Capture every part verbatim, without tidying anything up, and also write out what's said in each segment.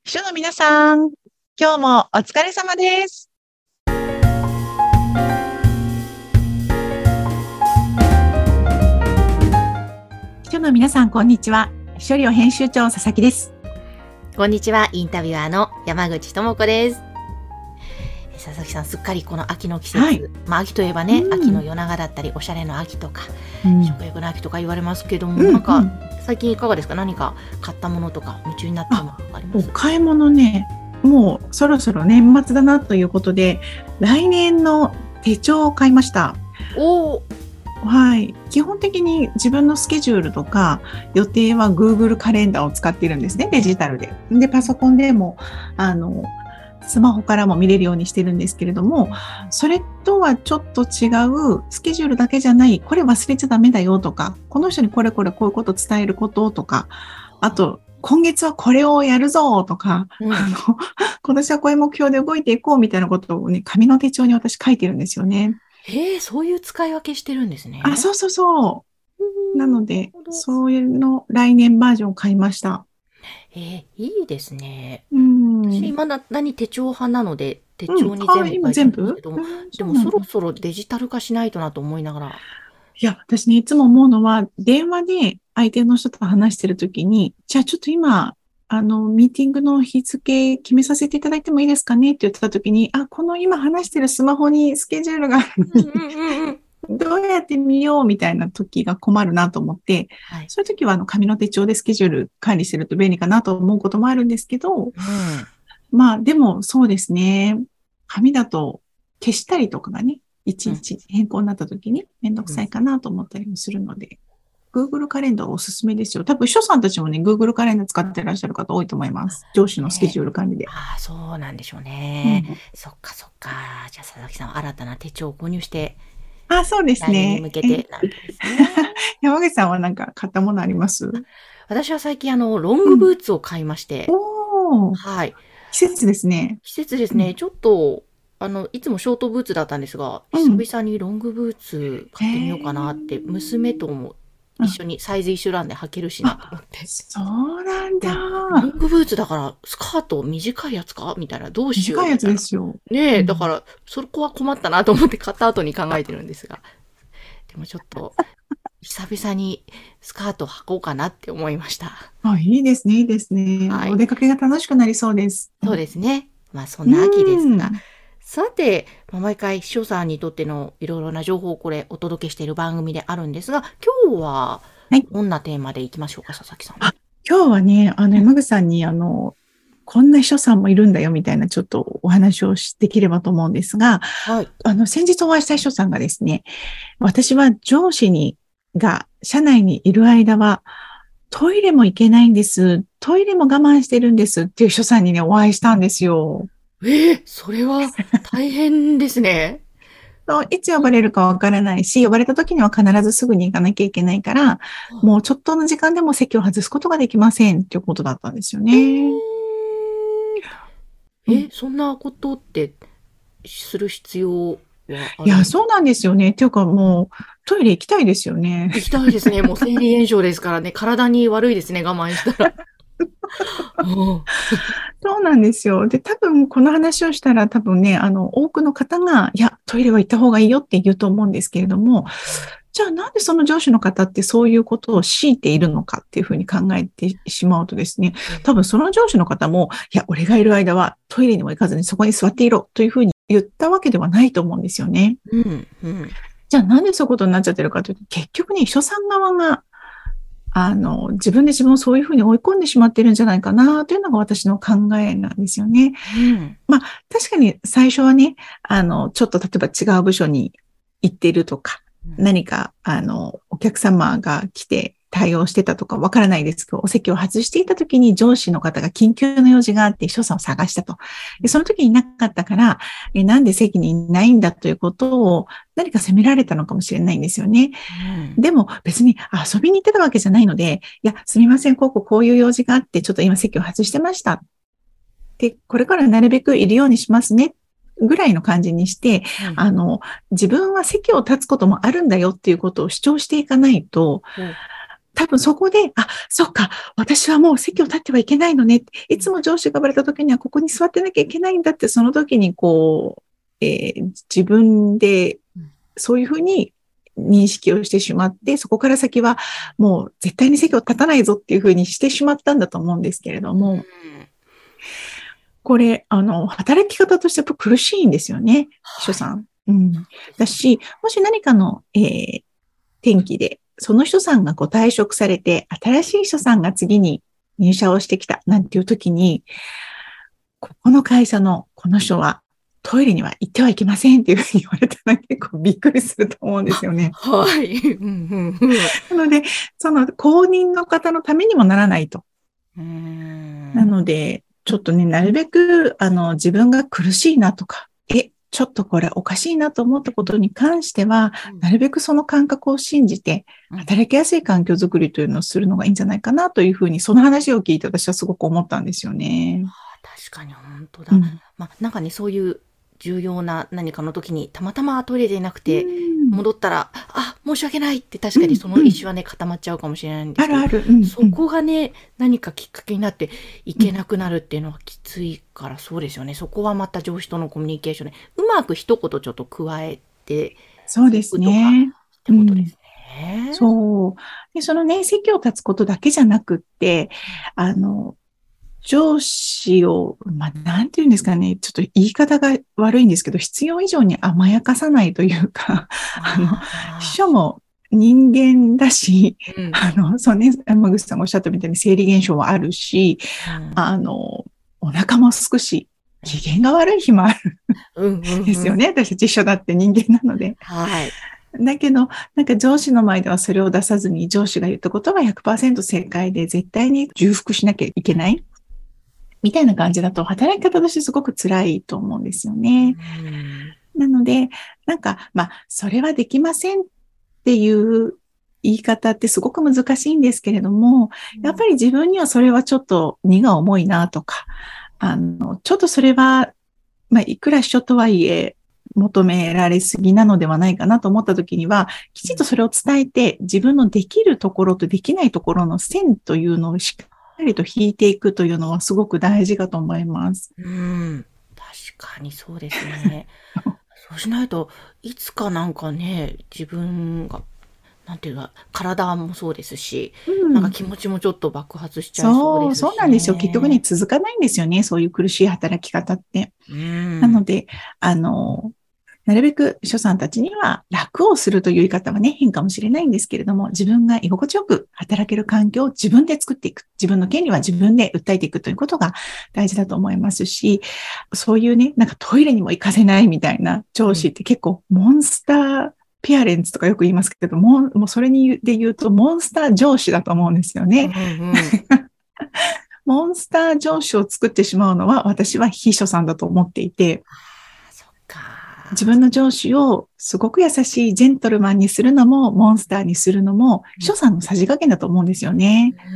秘書の皆さん、今日もお疲れ様です。秘書の皆さん、こんにちは。秘書寮編集長佐々木です。 こんにちは。インタビュアーの山口智子です。佐々木さん、すっかりこの秋の季節、はい、まあ秋といえばね、うん、秋の夜長だったり、おしゃれの秋とか、うん、食欲の秋とか言われますけども、うん、なんか最近いかがですか？何か買ったものとか夢中になったものとかあります？ お買い物ね、もうそろそろ年末だなということで、来年の手帳を買いました。 おー。 はい。基本的に自分のスケジュールとか予定は Google カレンダーを使っているんですね、デジタルで。で、パソコンでも、あの、スマホからも見れるようにしてるんですけれども、それとはちょっと違うスケジュールだけじゃない、これ忘れちゃダメだよとか、この人にこれこれこういうこと伝えることとか、あと、今月はこれをやるぞとか、うん、あの、今年はこういう目標で動いていこうみたいなことをね、紙の手帳に私書いてるんですよね。 へえ、そういう使い分けしてるんですね。 あ、そうそうそう。なので、そういうの来年バージョンを買いました。 えー、いいですね。 うん、 私、今だに手帳派なので、手帳に全部書いてるんですけども、うん、でもそろそろデジタル化しないとなと思いながら。 いや、私ね、いつも思うのは、電話で相手の人と話してるときに、じゃあちょっと今、あの、ミーティングの日付決めさせていただいてもいいですかねって言ってたときに、あ、この今話してるスマホにスケジュールがあるのに、うんうんうんどうやって見ようみたいな時が困るなと思って、はい、そういう時はあの紙の手帳でスケジュール管理してると便利かなと思うこともあるんですけど、うん、まあでもそうですね、紙だと消したりとかがね、いちいち変更になった時にめんどくさいかなと思ったりもするので、うん、Google カレンダーおすすめですよ。多分秘書さんたちもね、Google カレンダー使ってらっしゃる方多いと思います。上司のスケジュール管理で。 ああ、そうなんでしょうね。うん、そっかそっか。じゃあ佐々木さんは新たな手帳を購入して、 あ、そうですね。 来年に向けてなんですね。 山口さんは何か買ったものあります？ 私は最近あの、ロングブーツを買いまして。 うん、おー。 はい。 季節ですね。 季節ですね。うん、ちょっと、あの、いつもショートブーツだったんですが、うん、久々にロングブーツ買ってみようかなって、娘とも一緒にサイズ一緒なんで履けるしなと思って。 そうなんだ。 ロングブーツだから、スカート短いやつかみたいな、どうしよう。 短いやつですよ。 ねえ、だから、そこは困ったなと思って買った後に考えてるんですが。でもちょっと、久々にスカートを履こうかなって思いました。 あ、いいですね、いいですね。はい、お出かけが楽しくなりそうです。 そうですね。まあ、そんな秋ですが。さて、まあ、毎回、秘書さんにとってのいろいろな情報をこれお届けしている番組であるんですが、今日は、どんなテーマでいきましょうか、はい、佐々木さん。 あ、今日はね、あの、山口さんに、あの、こんな秘書さんもいるんだよみたいなちょっとお話をできればと思うんですが、はい、あの、先日お会いした秘書さんがですね、私は上司に、が社内にいる間はトイレも行けないんです。トイレも我慢してるんですっていう秘書さんにね、お会いしたんですよ。 ええ、それは大変ですね。 いつ呼ばれるかわからないし、呼ばれた時には必ずすぐに行かなきゃいけないから、もうちょっとの時間でも席を外すことができませんっていうことだったんですよね。えー、え、そんなことってする必要はある？ いや、そうなんですよね。っていうかもう、トイレ行きたいですよね。 行きたいですね。もう生理炎症ですからね。体に悪いですね、我慢したら。 そうなんですよ。で、多分この話をしたら多分ね、あの、多くの方が、いや、トイレは行った方がいいよって言うと思うんですけれども、じゃあなんでその上司の方ってそういうことを強いているのかっていうふうに考えてしまうとですね、多分その上司の方も、いや、俺がいる間はトイレにも行かずにそこに座っていろというふうに言ったわけではないと思うんですよね。 うんうん、 じゃあなんでそういうことになっちゃってるかというと、結局ね、秘書さん側が、あの、自分で自分をそういうふうに追い込んでしまってるんじゃないかなというのが私の考えなんですよね。うん、まあ、確かに最初はね、あの、ちょっと例えば違う部署に行っているとか、うん、何か、あの、お客様が来て対応してたとかわからないですけど、お席を外していた時に上司の方が緊急の用事があって秘書さんを探したと。でその時にいなかったから、え、なんで席にいないんだということを何か責められたのかもしれないんですよね。うん、でも別に遊びに行ってたわけじゃないので、いや、すみません、こうこうこういう用事があって、ちょっと今席を外してました。で、これからなるべくいるようにしますね。ぐらいの感じにして、うん、あの、自分は席を立つこともあるんだよっていうことを主張していかないと、うん、 多分そこで、あ、そっか、私はもう席を立ってはいけないのね。いつも上司が呼ばれた時にはここに座ってなきゃいけないんだって、その時にこう、えー、自分でそういうふうに認識をしてしまって、そこから先はもう絶対に席を立たないぞっていうふうにしてしまったんだと思うんですけれども、これ、あの、働き方としてやっぱ苦しいんですよね、秘書さん。うん。だし、もし何かの、えー、転機で、その秘書さんがご退職されて、新しい秘書さんが次に入社をしてきたなんていう時に、ここの会社のこの人はトイレには行ってはいけませんっていうふうに言われたら結構びっくりすると思うんですよね。 はい。 なので、その後任の方のためにもならないと。 うーんなので、ちょっとね、なるべく、あの、自分が苦しいなとか、え、ちょっとこれおかしいなと思ったことに関しては、なるべくその感覚を信じて、働きやすい環境づくりというのをするのがいいんじゃないかなというふうに、その話を聞いて私はすごく思ったんですよね。 確かに本当だ。うん、まあ、なんかね、そういう重要な何かの時に、たまたまトイレでなくて、戻ったら、あ、申し訳ないって確かにその意思はね、固まっちゃうかもしれないんですけど、 あるある、うんうん、 そこがね、何かきっかけになっていけなくなるっていうのはきついから、そうですよね。そこはまた上司とのコミュニケーションで、うまく一言ちょっと加えて、 そうですね。 ってことですね。 うん、そう。で、そのね、席を立つことだけじゃなくって、あの、上司を、まあ、なんて言うんですかね、ちょっと言い方が悪いんですけど、必要以上に甘やかさないというか、あの、秘書も人間だし、うん、あの、そうね、山口さんがおっしゃったみたいに生理現象はあるし、うん、あの、お腹もすくし、機嫌が悪い日もあるんですよね。私たち秘書だって人間なので。 はい。 だけど、なんか上司の前ではそれを出さずに、上司が言ったことは ひゃくパーセント 正解で、絶対に重複しなきゃいけない。みたいな感じだと、働き方としてすごく辛いと思うんですよね。なので、なんか、まあ、それはできませんっていう言い方ってすごく難しいんですけれども、やっぱり自分にはそれはちょっと荷が重いなとか、あの、ちょっとそれは、まあ、いくら秘書とはいえ、求められすぎなのではないかなと思ったときには、きちんとそれを伝えて、自分のできるところとできないところの線というのをしっかりと引いていくというのはすごく大事かと思います。 うん、確かにそうですね。そうしないと、いつかなんかね、自分が、なんていうか、体もそうですし、うん、なんか気持ちもちょっと爆発しちゃいそうですし、ね。 そう、そうなんですよ。結局ね、続かないんですよね。そういう苦しい働き方って。うん、なので、あの、なるべく秘書さんたちには楽をするという言い方はね、変かもしれないんですけれども、自分が居心地よく働ける環境を自分で作っていく。自分の権利は自分で訴えていくということが大事だと思いますし、そういうね、なんかトイレにも行かせないみたいな上司って結構モンスターペアレンツとかよく言いますけども、もうそれにで言うとモンスター上司だと思うんですよね。うんうんモンスター上司を作ってしまうのは私は秘書さんだと思っていて、自分の上司をすごく優しいジェントルマンにするのも、モンスターにするのも、秘書さんのさじ加減だと思うんですよね。うん、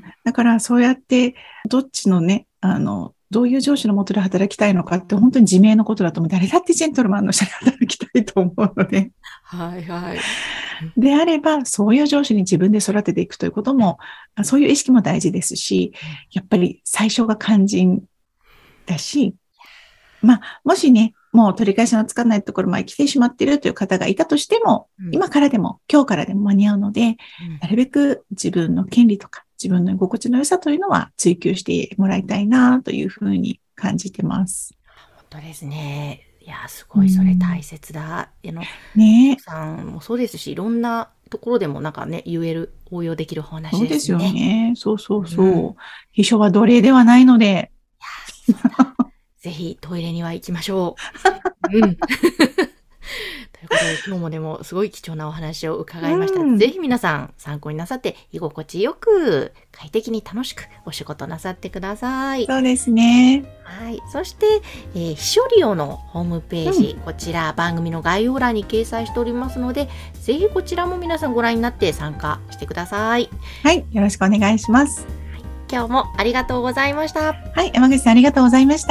だからそうやって、どっちのね、あの、どういう上司の下で働きたいのかって本当に自明のことだと思う。誰だってジェントルマンの下で働きたいと思うので。 はいはい。 であれば、そういう上司に自分で育てていくということも、そういう意識も大事ですし、やっぱり最初が肝心だし、まあ、もしね、もう取り返しのつかないところまで来てしまっているという方がいたとしても、うん、今からでも、今日からでも間に合うので、うん、なるべく自分の権利とか、自分の居心地の良さというのは追求してもらいたいなというふうに感じてます。 本当ですね。いや、すごいそれ大切だ。うん、あの、 ねさんもそうですし、いろんなところでもなんかね、言える、応用できる話ですね。 そうですよね。そうそうそう。うん、秘書は奴隷ではないので。 いや、そうだ。ぜひトイレには行きましょう。うん。ということで、今日もでもすごい貴重なお話を伺いました。うん、ぜひ皆さん参考になさって、居心地よく、快適に楽しくお仕事なさってください。 そうですね。 はい。そして、えー、秘書利用のホームページ、うん、こちら番組の概要欄に掲載しておりますので、ぜひこちらも皆さんご覧になって参加してください。 はい。よろしくお願いします。 はい、今日もありがとうございました。 はい。山口さんありがとうございました。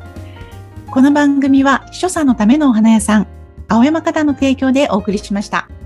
この番組は秘書さんのためのお花屋さん、青山花壇の提供でお送りしました。